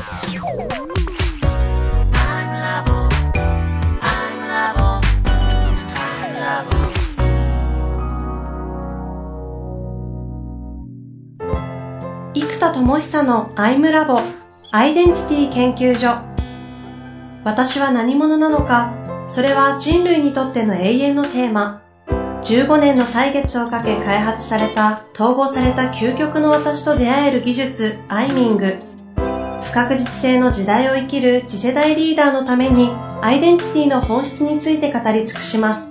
生田智久のアイムラボアイデンティティ研究所。私は何者なのか、それは人類にとっての永遠のテーマ。15年の歳月をかけ開発された統合された究極の私と出会える技術アイミング。不確実性の時代を生きる次世代リーダーのためにアイデンティティの本質について語り尽くします。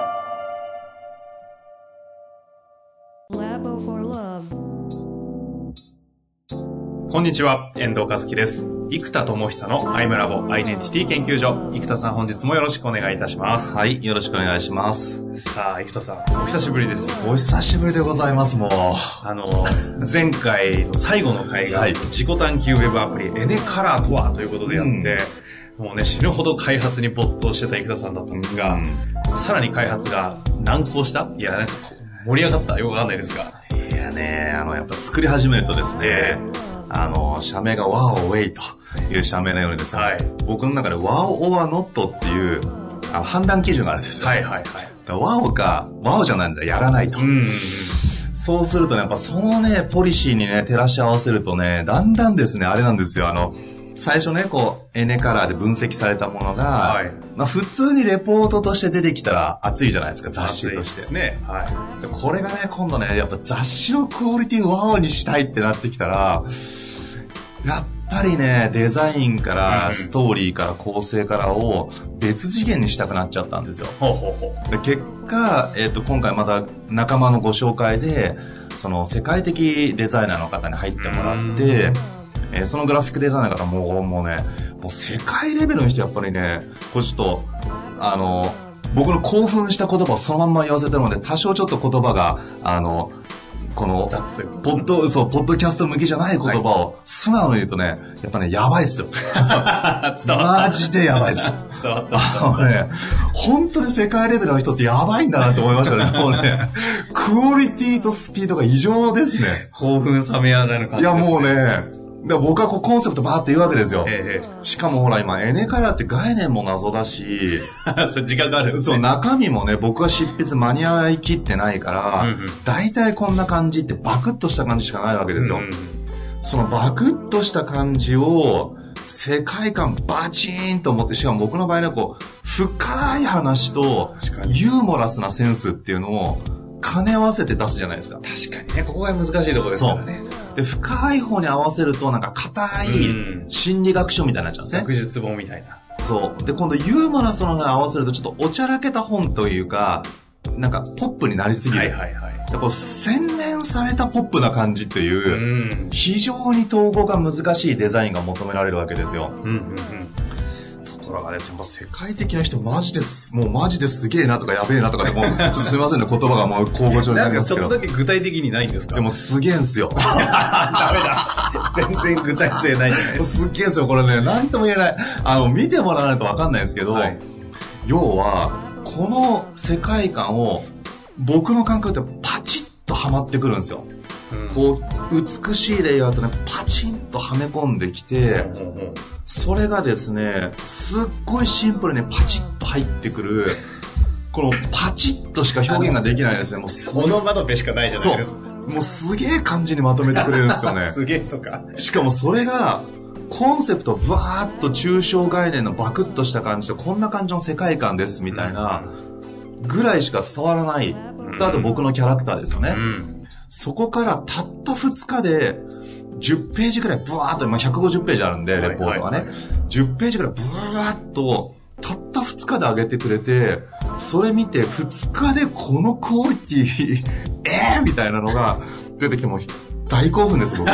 こんにちは、遠藤和樹です。生田智久のアイムラボアイデンティティ研究所。生田さん、本日もよろしくお願いいたします。 はい、よろしくお願いします。 さあ、生田さん、お久しぶりです。 お久しぶりでございます、もう。 前回の最後の回が、自己探求ウェブアプリエネカラーとはということでやって、もうね、死ぬほど開発に没頭してた生田さんだったんですが、さらに開発が難航した？いや、なんか盛り上がったよくわかんないですが。 いやね、やっぱ作り始めるとですね、社名が WOW という社名のようにですね、僕の中で WOW or not っていう判断基準があるんですよ。WOW か WOW じゃないんだ、やらないと。そうするとね、やっぱそのね、ポリシーにね、照らし合わせるとね、だんだんですね、あれなんですよ。最初ね、エネカラーで分析されたものが、普通にレポートとして出てきたら熱いじゃないですか、雑誌として。ですね。でこれがね、今度ね、やっぱ雑誌のクオリティをワオにしたいってなってきたら、やっぱりね、デザインから、ストーリーから、構成からを別次元にしたくなっちゃったんですよ。で結果、今回また仲間のご紹介で、その世界的デザイナーの方に入ってもらって、そのグラフィックデザイナーの方もうね、もう世界レベルの人やっぱりね、これちょっと、僕の興奮した言葉をそのまんま言わせてるので、多少ちょっと言葉が、この、 雑というポッドキャスト向きじゃない言葉を素直に言うとね、やっぱね、やばいっすよ。 伝わった。 マジでやばいっす。 伝わった。 ね、本当に世界レベルの人ってやばいんだなって思いましたね。もうね、クオリティとスピードが異常ですね。 興奮冷めやらぬ感じですね。 いやもうね、で僕はコンセプトバーって言うわけですよ。しかもほら今エネカラーって概念も謎だし時間があるんですね。 そう、中身もね、僕は執筆間に合いきってないから、大体こんな感じってバクッとした感じしかないわけですよ。そのバクッとした感じを世界観バチーンと思って、しかも僕の場合は深い話とユーモラスなセンスっていうのを兼ね合わせて出すじゃないですか。 確かにね、ここが難しいところですからね。 で、深い方に合わせるとなんか硬い心理学書みたいになっちゃうんですね。 学術本みたいな。 そう。で、今度ユーモラスの方に合わせるとちょっとおちゃらけた本というか、なんかポップになりすぎる。で洗練されたポップな感じという、非常に統合が難しいデザインが求められるわけですよ。ところがですね、世界的な人マジですげえなとかやべえなとかでもちょっとすいませんね、言葉がもう口語上になりますけど。 ちょっとだけ具体的にないんですか？ でもすげえんすよ。 ダメだ。全然具体性ないじゃないですか。 すげえんすよ、これね、なんとも言えない。見てもらわないとわかんないんですけど、要は、この世界観を僕の感覚でパチッとはまってくるんですよ。美しいレイアウトね、パチンとはめ込んできて、それがですね、すっごいシンプルにパチッと入ってくる、このパチッとしか表現ができないですね。もうモノマドペしかないじゃないですか。 もうすげえ感じにまとめてくれるんですよね。 すげえとか。 しかもそれが、コンセプトブワーッと抽象概念のバクッとした感じで、こんな感じの世界観ですみたいなぐらいしか伝わらない。あと僕のキャラクターですよね。そこからたった2日で10ページくらいブワーッと、150ページあるんで、レポートがね。10ページくらいブワーッと、たった2日で上げてくれて、それ見て2日でこのクオリティ、みたいなのが出てきても大興奮です僕。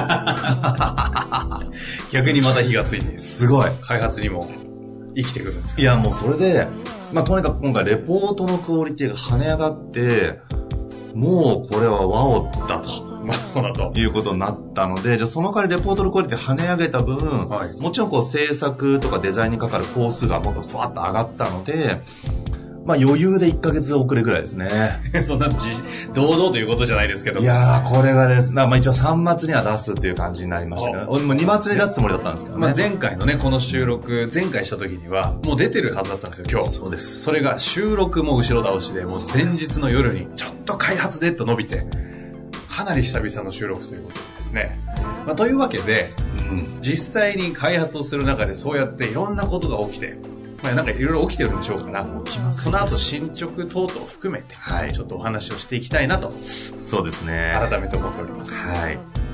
逆にまた火がついてすごい開発にも生きてくるんですか？ いやもうそれで、とにかく今回レポートのクオリティが跳ね上がって、もうこれはワオだということになったので、じゃあその代わりレポートのクオリティ跳ね上げた分、もちろん制作とかデザインにかかる工数がもっとふわっと上がったので、 まあ余裕で1ヶ月遅れぐらいですね。 そんな堂々ということじゃないですけど。 いやー、これがですね、まあ一応3月には出すっていう感じになりましたけど、もう2月に出すつもりだったんですけどね。 まあ前回のね、この収録、前回した時には、もう出てるはずだったんですよ、今日。 そうです。 それが収録も後ろ倒しで、もう前日の夜に、ちょっと開発でと伸びて、かなり久々の収録ということですね。まあというわけで、実際に開発をする中でそうやっていろんなことが起きて、まあなんかいろいろ起きてるんでしょうから、その後進捗等々を含めて、ちょっとお話をしていきたいなと。 そうですね。 改めて思っております。 はい。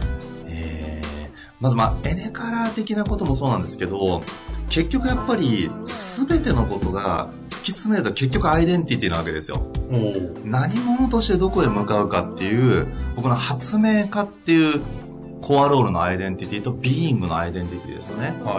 まずエネカラー的なこともそうなんですけど、結局やっぱり全てのことが突き詰めると結局アイデンティティなわけですよ。何者としてどこへ向かうかっていう、僕の発明家っていうコアロールのアイデンティティとビーイングのアイデンティティですよね。はい。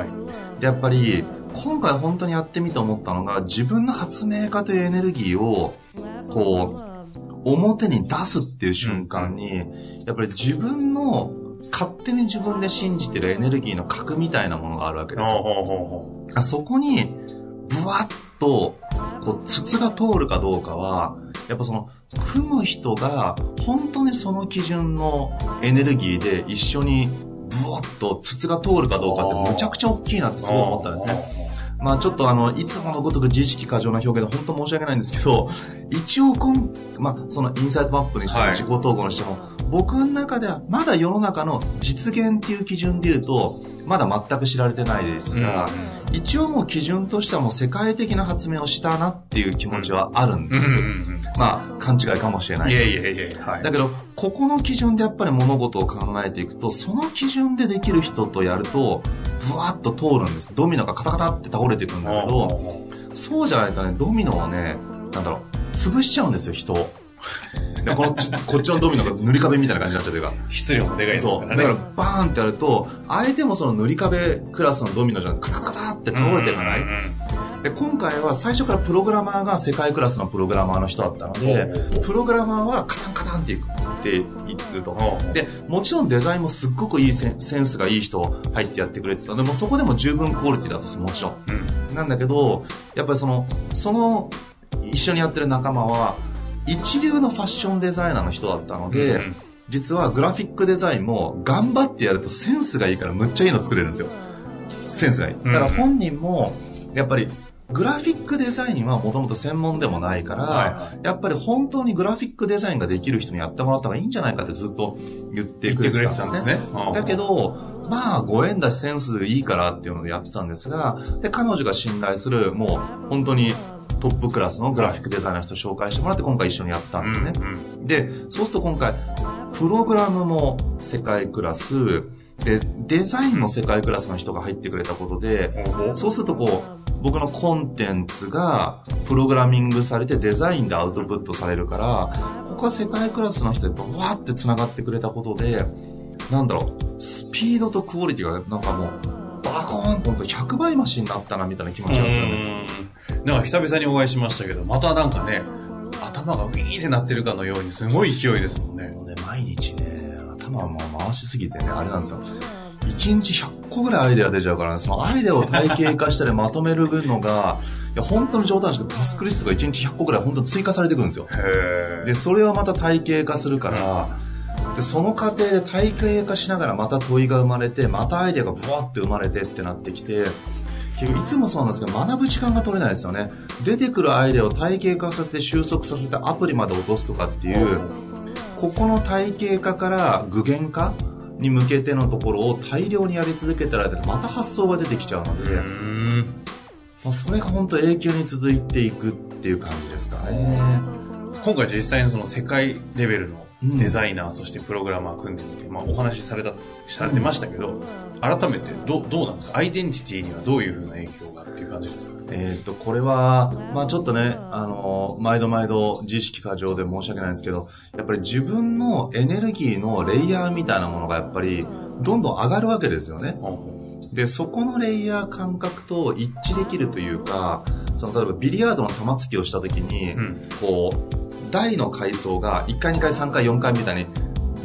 で、やっぱり今回本当にやってみて思ったのが、自分の発明家というエネルギーをこう表に出すっていう瞬間に、やっぱり自分の勝手に自分で信じてるエネルギーの核みたいなものがあるわけですよ。そこにブワッとこう筒が通るかどうかは、やっぱその組む人が本当にその基準のエネルギーで一緒にブワッと筒が通るかどうかってむちゃくちゃ大きいなってすごい思ったんですね。まあちょっといつものごとく自意識過剰な表現で本当申し訳ないんですけど、一応そのインサイトマップにしても自己統合にしても、僕の中ではまだ世の中の実現っていう基準で言うとまだ全く知られてないですが、一応もう基準としてはもう世界的な発明をしたなっていう気持ちはあるんですよ。まあ勘違いかもしれない。だけどここの基準でやっぱり物事を考えていくと、その基準でできる人とやるとブワッと通るんです。ドミノがカタカタって倒れていくんだけど、そうじゃないとね、ドミノをね、潰しちゃうんですよ、人を。こっちのドミノが塗り壁みたいな感じになっちゃうというか、 質量もでかいですからね。 だからバーンってやると、相手もその塗り壁クラスのドミノじゃなくてカタカタって倒れていかない。で、今回は最初からプログラマーが世界クラスのプログラマーの人だったので、プログラマーはカタンカタンっていくって言ってると。で、もちろんデザインもすっごくいいセンスがいい人入ってやってくれてたので、もうそこでも十分クオリティだったんです、もちろん。なんだけど、やっぱりその一緒にやってる仲間は一流のファッションデザイナーの人だったので、実はグラフィックデザインも頑張ってやるとセンスがいいからむっちゃいいの作れるんですよ。センスがいい。だから本人もやっぱりグラフィックデザインはもともと専門でもないから、やっぱり本当にグラフィックデザインができる人にやってもらった方がいいんじゃないかってずっと言ってくれてたんですね。だけど、まあご縁だしセンスいいからっていうのでやってたんですが、で、彼女が信頼するもう本当にトップクラスのグラフィックデザイナーの人を紹介してもらって今回一緒にやったんですね。で、そうすると今回プログラムも世界クラスでデザインも世界クラスの人が入ってくれたことで、そうすると僕のコンテンツがプログラミングされてデザインでアウトプットされるから、ここは世界クラスの人でバーって繋がってくれたことで、スピードとクオリティがもうバコーンと100倍増しになったなみたいな気持ちがするんですよ。 久々にお会いしましたけど、またね、頭がウィーンってなってるかのようにすごい勢いですもんね。 毎日ね、頭を回しすぎてね、あれなんですよ。1日100個ぐらいアイデア出ちゃうからね、そのアイデアを体系化したりまとめるのが、本当の冗談ですけど、タスクリストが1日100個ぐらい本当に追加されてくるんですよ。で、それをまた体系化するから、で、その過程で体系化しながらまた問いが生まれて、またアイデアがブワッて生まれてってなってきて、結局いつもそうなんですけど、学ぶ時間が取れないですよね。出てくるアイデアを体系化させて収束させてアプリまで落とすとかっていう、ここの体系化から具現化に向けてのところを大量にやり続けたらまた発想が出てきちゃうので、それが本当永久に続いていくっていう感じですかね。 今回実際にその世界レベルのデザイナー、そしてプログラマー組んでみて、お話しされてましたけど、改めてどうなんですか？アイデンティティにはどういう風な影響がっていう感じですか？ これは、ちょっとね、毎度自意識過剰で申し訳ないんですけど、やっぱり自分のエネルギーのレイヤーみたいなものがやっぱりどんどん上がるわけですよね。で、そこのレイヤー感覚と一致できるというか、例えばビリヤードの玉突きをした時に、台の階層が1回2回3回4回みたいに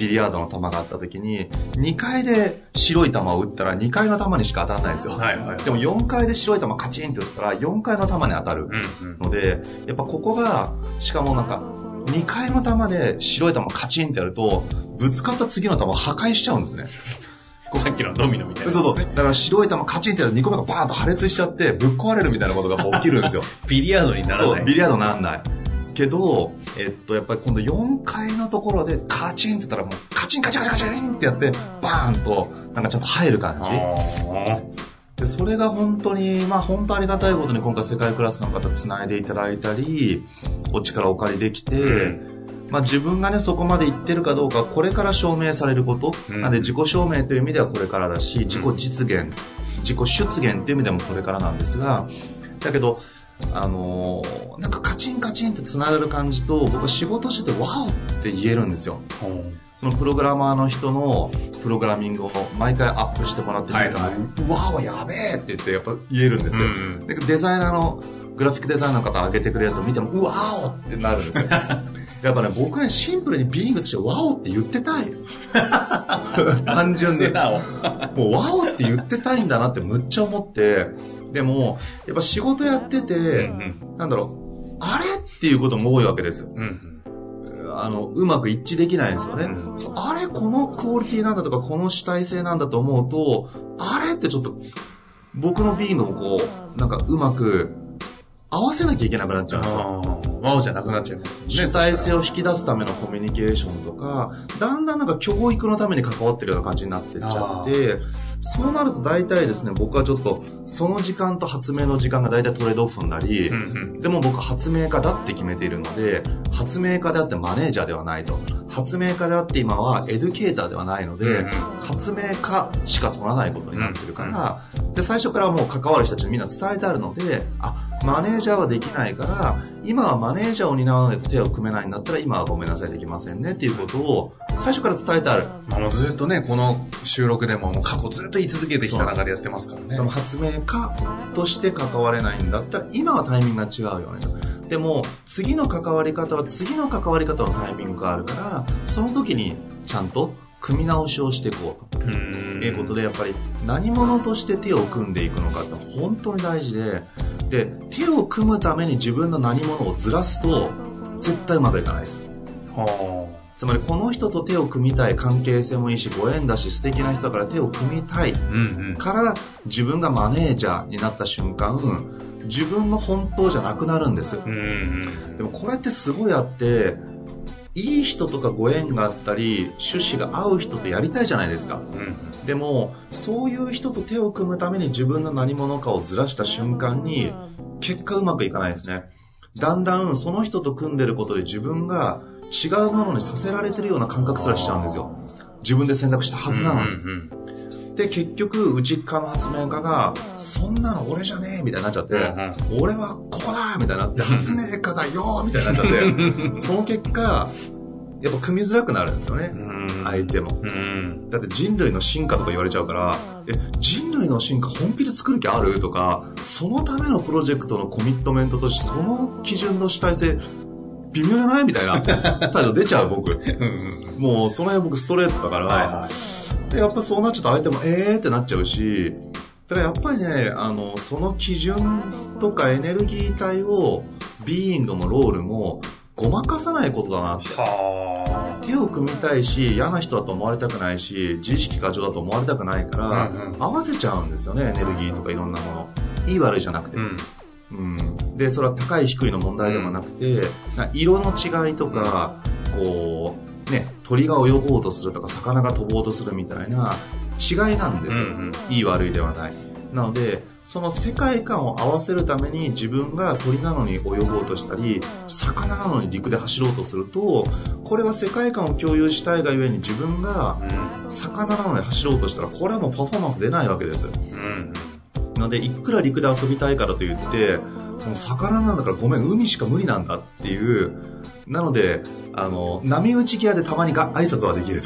ビリヤードの球があった時に、2回で白い球を打ったら2回の球にしか当たらないんですよ。はいはい、でも4回で白い球カチンって打ったら4回の球に当たるので、やっぱここが、しかもなんか、2回の球で白い球カチンってやると、ぶつかった次の球を破壊しちゃうんですね。 さっきのドミノみたいな、 ね。そうそう。だから白い球カチンってやると2個目がバーンと破裂しちゃって、ぶっ壊れるみたいなことが起きるんですよ。 ビリヤードにならない。 そう、ビリヤードにならない。けど、やっぱり今度4回のところでカチンって言ったらもうカチンカチンカチンカチンってやって、バーンとなんかちょっと入る感じ。で、それが本当に、まあ本当ありがたいことに今回世界クラスの方繋いでいただいたり、お力をお借りできて、まあ自分がね、そこまで行ってるかどうか、これから証明されること。なんで自己証明という意味ではこれからだし、自己実現、自己出現という意味でもこれからなんですが、だけど、なんかカチンカチンって繋がる感じと、僕は仕事しててワオって言えるんですよ。そのプログラマーの人のプログラミングを毎回アップしてもらってみたら、ワオやべえって言ってやっぱ言えるんですよ。でデザイナーの、グラフィックデザイナーの方上げてくるやつを見ても、ワオってなるんですよ。やっぱね、僕ね、シンプルにビーイングとしてワオって言ってたい。単純で。もうワオって言ってたいんだなってむっちゃ思って、でも、やっぱ仕事やってて、なんだろう、あれっていうことも多いわけですよ。うまく一致できないんですよね。あれこのクオリティなんだとか、この主体性なんだと思うと、あれってちょっと、僕のビーイングもこう、なんかうまく合わせなきゃいけなくなっちゃうんですよ。 ワオじゃなくなっちゃいますね。 主体性を引き出すためのコミュニケーションとか、だんだんなんか教育のために関わってるような感じになってっちゃって、そうなると大体ですね、僕はちょっと、その時間と発明の時間が大体トレードオフになり、でも僕は発明家だって決めているので、発明家であってマネージャーではないと。発明家であって今はエデュケーターではないので、発明家しか取らないことになってるから、で、最初からもう関わる人たちにみんな伝えてあるので、マネージャーはできないから、今はマネージャーを担わないと手を組めないんだったら、今はごめんなさいできませんねっていうことを最初から伝えてある。 もうずっとね、この収録でも過去ずっと言い続けてきた中でやってますからね。 でも発明家として関われないんだったら、今はタイミングが違うよねと。でも、次の関わり方は次の関わり方のタイミングがあるから、その時にちゃんと組み直しをしていこうということで、やっぱり何者として手を組んでいくのかって本当に大事で、で、手を組むために自分の何者をずらすと絶対うまくいかないです。つまりこの人と手を組みたい、関係性もいいしご縁だし素敵な人だから手を組みたいから自分がマネージャーになった瞬間、自分の本当じゃなくなるんです。でもこれってすごいあって、いい人とかご縁があったり趣旨が合う人とやりたいじゃないですか。でもそういう人と手を組むために自分の何者かをずらした瞬間に結果うまくいかないですね。だんだんその人と組んでることで自分が違うものにさせられてるような感覚すらしちゃうんですよ。自分で選択したはずなのに。で結局内側の発明家がそんなの俺じゃねえみたいになっちゃって、俺はここだみたいになって発明家だよみたいになっちゃってその結果やっぱ組みづらくなるんですよね、相手も。だって人類の進化とか言われちゃうから、人類の進化本気で作る気あるとか、そのためのプロジェクトのコミットメントとしてその基準の主体性微妙じゃないみたいな態度出ちゃう僕もうその辺僕ストレートだから、でやっぱそうなっちゃうと相手もってなっちゃうし、だからやっぱりね、その基準とかエネルギー体をビーイングもロールもごまかさないことだなって。手を組みたいし、嫌な人だと思われたくないし、自意識過剰だと思われたくないから、合わせちゃうんですよね、エネルギーとかいろんなもの。いい悪いじゃなくて。で、それは高い低いの問題でもなくて、色の違いとか、こう、ね、鳥が泳ごうとするとか、魚が飛ぼうとするみたいな違いなんですよ。いい悪いではない。なので、その世界観を合わせるために自分が鳥なのに泳ごうとしたり、魚なのに陸で走ろうとすると、これは世界観を共有したいがゆえに自分が魚なのに走ろうとしたら、これはもうパフォーマンス出ないわけです。なので、いくら陸で遊びたいからといって、もう魚なんだからごめん、海しか無理なんだっていう。なので、波打ち際でたまに挨拶はできると。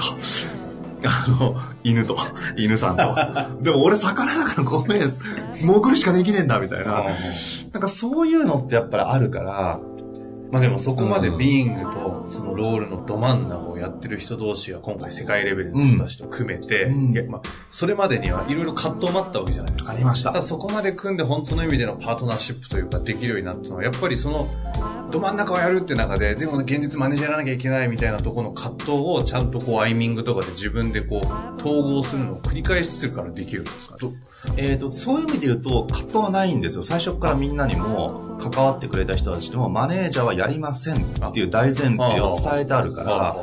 犬さんと。でも俺魚だからごめん、潜るしかできねえんだみたいな。なんかそういうのってやっぱりあるから、 まあでもそこまでビーイングとそのロールのど真ん中をやってる人同士が今回世界レベルの人たちと組めて、いやまあそれまでにはいろいろ葛藤もあったわけじゃないですか。 ありました。 ただそこまで組んで本当の意味でのパートナーシップというかできるようになったのは、やっぱりそのど真ん中をやるって中で、でも現実マネージャーやらなきゃいけないみたいなところの葛藤をちゃんとこうアイミングとかで自分でこう統合するのを繰り返しするからできるんですか？ そういう意味で言うと葛藤はないんですよ。最初からみんなにも関わってくれた人たちでもマネージャーはやりませんっていう大前提を伝えてあるから、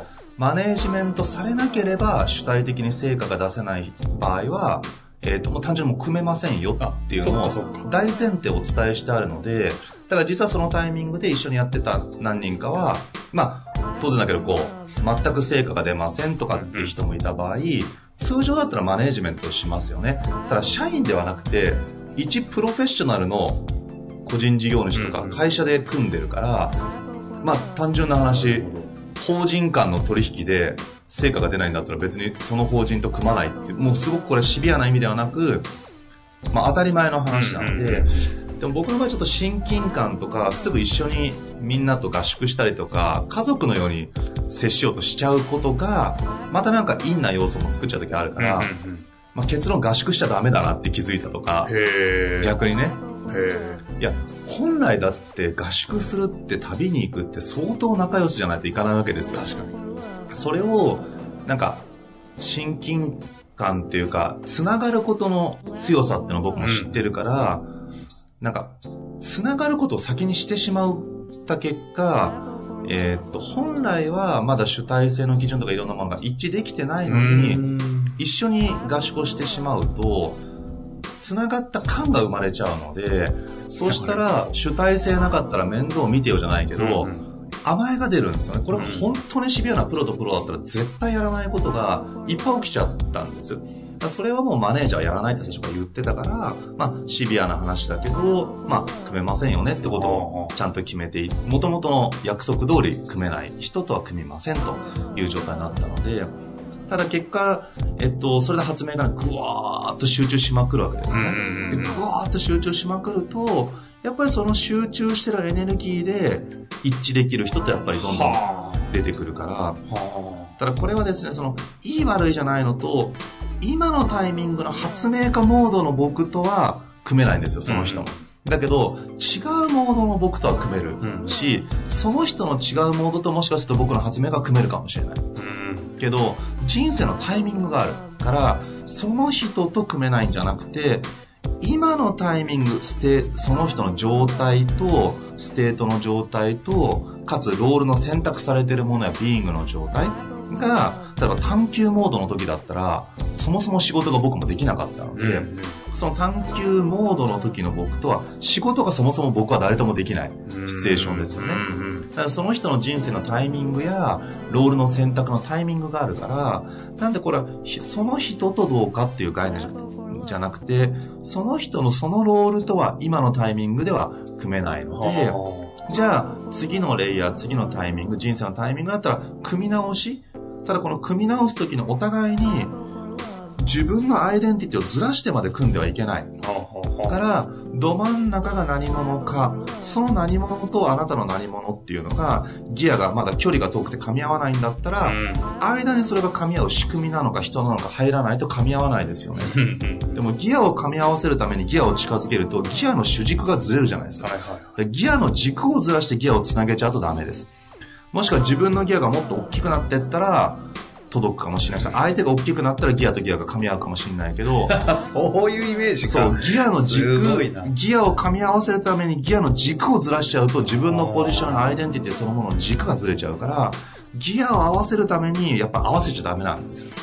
マネージメントされなければ主体的に成果が出せない場合は、もう単純にもう組めませんよっていうのを大前提をお伝えしてあるので、だから実はそのタイミングで一緒にやってた何人かは、まあ当然だけどこう全く成果が出ませんとかっていう人もいた場合、通常だったらマネージメントをしますよね。ただ社員ではなくて一プロフェッショナルの個人事業主とか会社で組んでるから、まあ単純な話、法人間の取引で成果が出ないんだったら別にその法人と組まないっていう、もうすごくこれシビアな意味ではなく、まあ当たり前の話なので、でも僕の場合ちょっと親近感とかすぐ一緒にみんなと合宿したりとか家族のように接しようとしちゃうことがまたなんか陰な要素も作っちゃう時あるから、まあ、結論合宿しちゃダメだなって気づいたとか、逆にね、いや本来だって合宿するって旅に行くって相当仲良しじゃないといかないわけですよ。確かにそれをなんか親近感っていうかつながることの強さっていうのを僕も知ってるから、なんかつながることを先にしてしまった結果、本来はまだ主体性の基準とかいろんなものが一致できてないのに一緒に合宿をしてしまうとつながった感が生まれちゃうので、そうしたら主体性なかったら面倒見てよじゃないけど、甘えが出るんですよね。これが本当にシビアなプロとプロだったら絶対やらないことがいっぱい起きちゃったんです。それはもうマネージャーはやらないって最初から言ってたから、まあシビアな話だけど、まあ組めませんよねってことをちゃんと決めて、元々の約束通り組めない人とは組みませんという状態になったので、ただ結果、それで発明がぐわーっと集中しまくるわけですよね。で、ぐわーっと集中しまくると、やっぱりその集中してるエネルギーで一致できる人ってやっぱりどんどん出てくるから、ただこれはですね、その、いい悪いじゃないのと、今のタイミングの発明家モードの僕とは組めないんですよ、その人も。だけど、違うモードの僕とは組めるし、その人の違うモードともしかすると僕の発明が組めるかもしれない。けど、人生のタイミングがあるから、その人と組めないんじゃなくて、今のタイミング、その人の状態と、ステートの状態と、かつロールの選択されているものやビーイングの状態が、例えば探求モードの時だったら、そもそも仕事が僕もできなかったので、その探求モードの時の僕とは、仕事がそもそも僕は誰ともできないシチュエーションですよね。だからその人の人生のタイミングや、ロールの選択のタイミングがあるから、なんでこれは、その人とどうかっていう概念じゃなくて、その人のそのロールとは今のタイミングでは組めないので、じゃあ次のレイヤー、次のタイミング、人生のタイミングだったら組み直し。ただこの組み直す時のお互いに自分のアイデンティティをずらしてまで組んではいけない。から、ど真ん中が何者か、その何者とあなたの何者っていうのが、ギアがまだ距離が遠くて噛み合わないんだったら、間にそれが噛み合う仕組みなのか人なのか入らないと噛み合わないですよね。でもギアを噛み合わせるためにギアを近づけると、ギアの主軸がずれるじゃないですか。でギアの軸をずらしてギアをつなげちゃうとダメです。もしくは自分のギアがもっと大きくなっていったら、届くかもしれないです。相手が大きくなったらギアとギアが噛み合うかもしれないけどそういうイメージか。 そう、ギアの軸、ギアを噛み合わせるためにギアの軸をずらしちゃうと自分のポジションのアイデンティティそのものの軸がずれちゃうから、ギアを合わせるためにやっぱ合わせちゃダメなんですよ。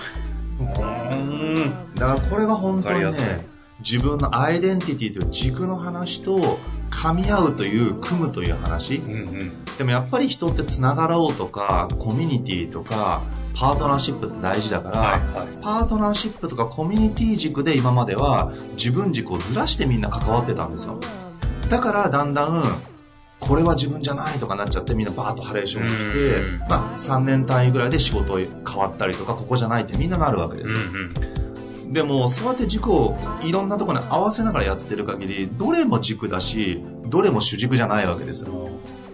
だからこれが本当にね、自分のアイデンティティという軸の話と噛み合うという組むという話、でもやっぱり人ってつながろうとかコミュニティとかパートナーシップって大事だから、パートナーシップとかコミュニティ軸で今までは自分軸をずらしてみんな関わってたんですよ。だからだんだんこれは自分じゃないとかなっちゃってみんなバーッとハレーションして、まあ3年単位ぐらいで仕事変わったりとかここじゃないってみんななるわけですよ。でもそうやって軸をいろんなところに合わせながらやってる限りどれも軸だしどれも主軸じゃないわけですよ。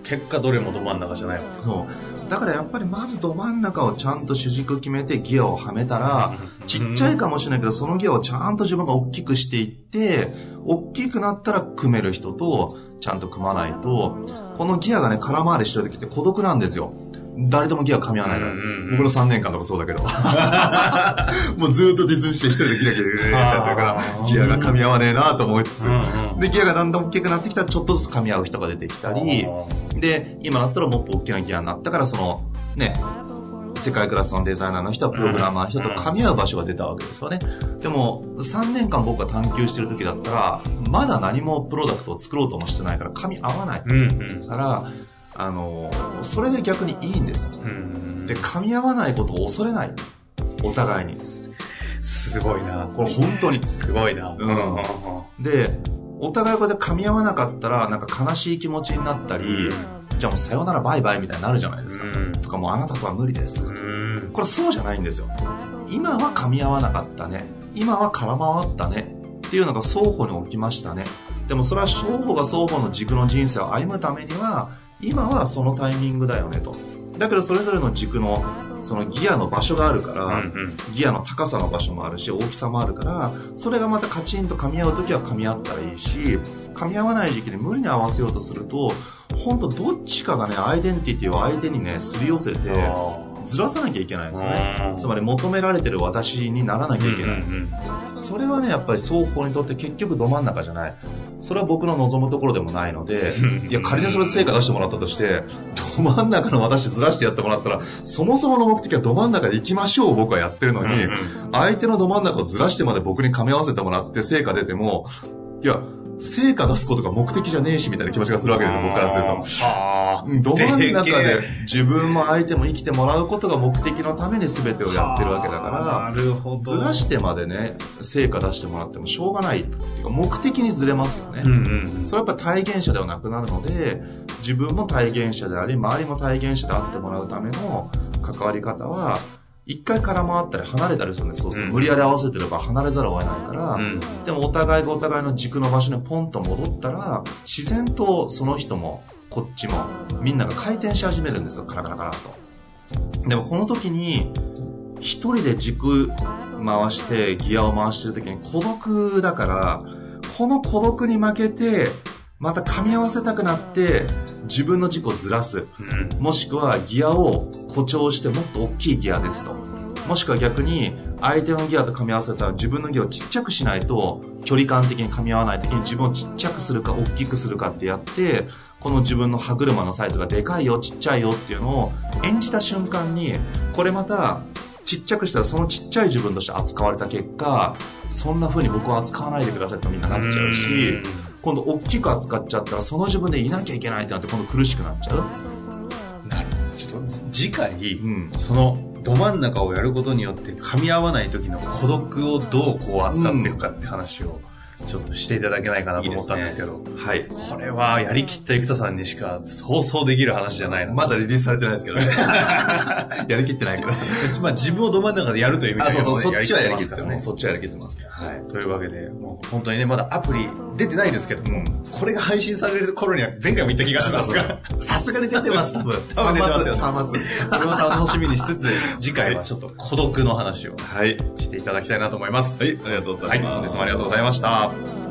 結果どれもど真ん中じゃないわけ。 そう。だからやっぱりまずど真ん中をちゃんと主軸決めてギアをはめたら、ちっちゃいかもしれないけど、そのギアをちゃんと自分が大きくしていって、大きくなったら組める人と、ちゃんと組まないと、このギアがね、空回りしてる時って孤独なんですよ。誰ともギア噛み合わないから。僕の3年間とかそうだけど。もうずっとディズニーして一人でギラギラギラギラやってるから、ギアが噛み合わねえなと思いつつ、で、ギアがだんだん大きくなってきたらちょっとずつ噛み合う人が出てきたり、で、今だったらもっと大きなギアになったから、その、ね、世界クラスのデザイナーの人はプログラマーの人と噛み合う場所が出たわけですよね。でも、3年間僕が探求してる時だったら、まだ何もプロダクトを作ろうともしてないから噛み合わない。から、それで逆にいいんです。で、噛み合わないことを恐れない。お互いに。 すごいな。 これ本当に。 すごいな。 で、お互いこれで噛み合わなかったら、なんか悲しい気持ちになったり、じゃあもうさよならバイバイみたいになるじゃないですか。とかもうあなたとは無理ですとか。これそうじゃないんですよ。今は噛み合わなかったね。今は空回ったね。っていうのが双方に起きましたね。でもそれは双方が双方の軸の人生を歩むためには、今はそのタイミングだよねと。だけどそれぞれの軸のそのギアの場所があるから、ギアの高さの場所もあるし、大きさもあるから、それがまたカチンと噛み合うときは噛み合ったらいいし、噛み合わない時期に無理に合わせようとすると、本当どっちかがね、アイデンティティを相手にね、すり寄せて、ずらさなきゃいけないんですよね。つまり求められてる私にならなきゃいけない。それはね、やっぱり双方にとって結局ど真ん中じゃない。それは僕の望むところでもないので、いや仮にそれで成果出してもらったとして、ど真ん中の私ずらしてやってもらったら、そもそもの目的はど真ん中で行きましょう僕はやってるのに、相手のど真ん中をずらしてまで僕に噛み合わせてもらって成果出ても、いや、成果出すことが目的じゃねえしみたいな気持ちがするわけですよ、僕からすると。ど真ん中で自分も相手も生きてもらうことが目的のために全てをやってるわけだから、ずらしてまでね、成果出してもらってもしょうがない。目的にずれますよね。それはやっぱ体現者ではなくなるので、自分も体現者であり、周りも体現者であってもらうための関わり方は、一回空回ったり離れたりするんです。そうすると無理やり合わせてれば離れざるを得ないから、でもお互いがお互いの軸の場所にポンと戻ったら、自然とその人もこっちもみんなが回転し始めるんですよ、カラカラカラと。でもこの時に一人で軸回してギアを回してる時に孤独だから、この孤独に負けてまた噛み合わせたくなって自分の軸をずらす、もしくはギアを誇張してもっと大きいギアですと、もしくは逆に相手のギアと噛み合わせたら自分のギアをちっちゃくしないと、距離感的に噛み合わない時に自分をちっちゃくするか大きくするかってやって、この自分の歯車のサイズがでかいよちっちゃいよっていうのを演じた瞬間に、これまたちっちゃくしたらそのちっちゃい自分として扱われた結果、そんな風に僕は扱わないでくださいとみんななっちゃうし、今度大きく扱っちゃったらその自分でいなきゃいけないってなって今度苦しくなっちゃう。 なるほど。ちょっと次回、そのど真ん中をやることによって噛み合わない時の孤独をどうこう扱っていくかって話をちょっとしていただけないかなと思ったんですけど、はい。これはやりきった生田さんにしか想像できる話じゃないな。 まだリリースされてないですけどね。やりきってないけど。 まあ自分をど真ん中でやるという意味では、 そう、そっちはやりきってますね。そっちはやりきってます。 はい。というわけで、もう本当にね、まだアプリ出てないですけども、これが配信される頃には前回も言った気がしますが、 さすがに出てます、多分。 多分出てますよ。 3月。 それを楽しみにしつつ、次回はちょっと孤独の話をしていただきたいなと思います。 はい、ありがとうございます。 はい、本日もありがとうございました。